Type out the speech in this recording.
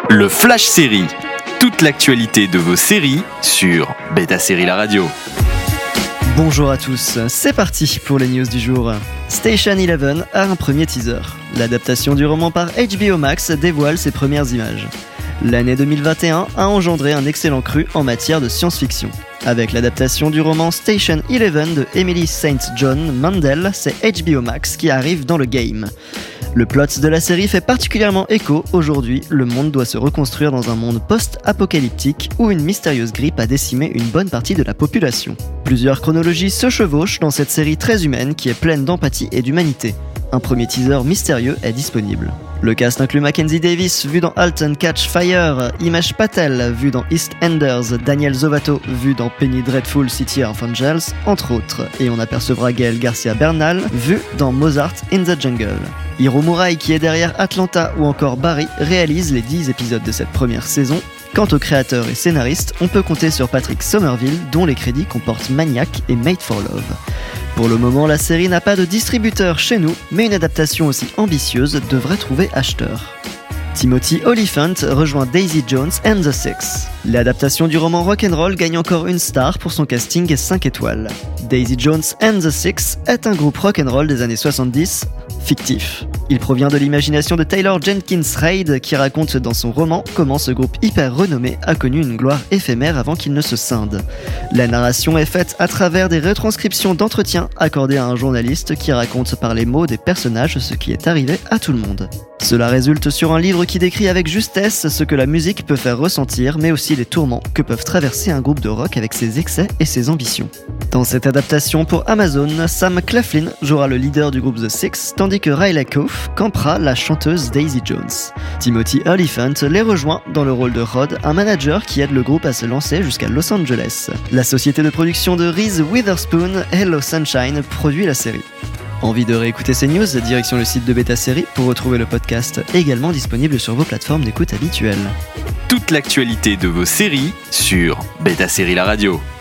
Le Flash Série. Toute l'actualité de vos séries sur Beta Série La Radio. Bonjour à tous, c'est parti pour les news du jour. Station 11 a un premier teaser. L'adaptation du roman par HBO Max dévoile ses premières images. L'année 2021 a engendré un excellent cru en matière de science-fiction. Avec l'adaptation du roman Station 11 de Emily St. John Mandel, c'est HBO Max qui arrive dans le game. Le plot de la série fait particulièrement écho. Aujourd'hui, le monde doit se reconstruire dans un monde post-apocalyptique où une mystérieuse grippe a décimé une bonne partie de la population. Plusieurs chronologies se chevauchent dans cette série très humaine qui est pleine d'empathie et d'humanité. Un premier teaser mystérieux est disponible. Le cast inclut Mackenzie Davis, vu dans Halt and Catch Fire, Himesh Patel, vu dans EastEnders, Daniel Zovatto, vu dans Penny Dreadful City of Angels, entre autres, et on apercevra Gael Garcia Bernal, vu dans Mozart in the Jungle. Hiro Murai, qui est derrière Atlanta ou encore Barry, réalise les 10 épisodes de cette première saison. Quant aux créateurs et scénaristes, on peut compter sur Patrick Somerville, dont les crédits comportent Maniac et Made for Love. Pour le moment, la série n'a pas de distributeur chez nous, mais une adaptation aussi ambitieuse devrait trouver acheteur. Timothy Olyphant rejoint Daisy Jones and the Six. L'adaptation du roman Rock'n'Roll gagne encore une star pour son casting 5 étoiles. Daisy Jones and the Six est un groupe rock'n'roll des années 70, fictif. Il provient de l'imagination de Taylor Jenkins Reid qui raconte dans son roman comment ce groupe hyper renommé a connu une gloire éphémère avant qu'il ne se scinde. La narration est faite à travers des retranscriptions d'entretiens accordés à un journaliste qui raconte par les mots des personnages ce qui est arrivé à tout le monde. Cela résulte sur un livre qui décrit avec justesse ce que la musique peut faire ressentir, mais aussi les tourments que peuvent traverser un groupe de rock avec ses excès et ses ambitions. Dans cette adaptation pour Amazon, Sam Claflin jouera le leader du groupe The Six, tandis que Riley Coff campera la chanteuse Daisy Jones. Timothy Olyphant les rejoint dans le rôle de Rod, un manager qui aide le groupe à se lancer jusqu'à Los Angeles. La société de production de Reese Witherspoon, Hello Sunshine, produit la série. Envie de réécouter ces news? Direction le site de Beta Série pour retrouver le podcast également disponible sur vos plateformes d'écoute habituelles. Toute l'actualité de vos séries sur Beta Série La Radio.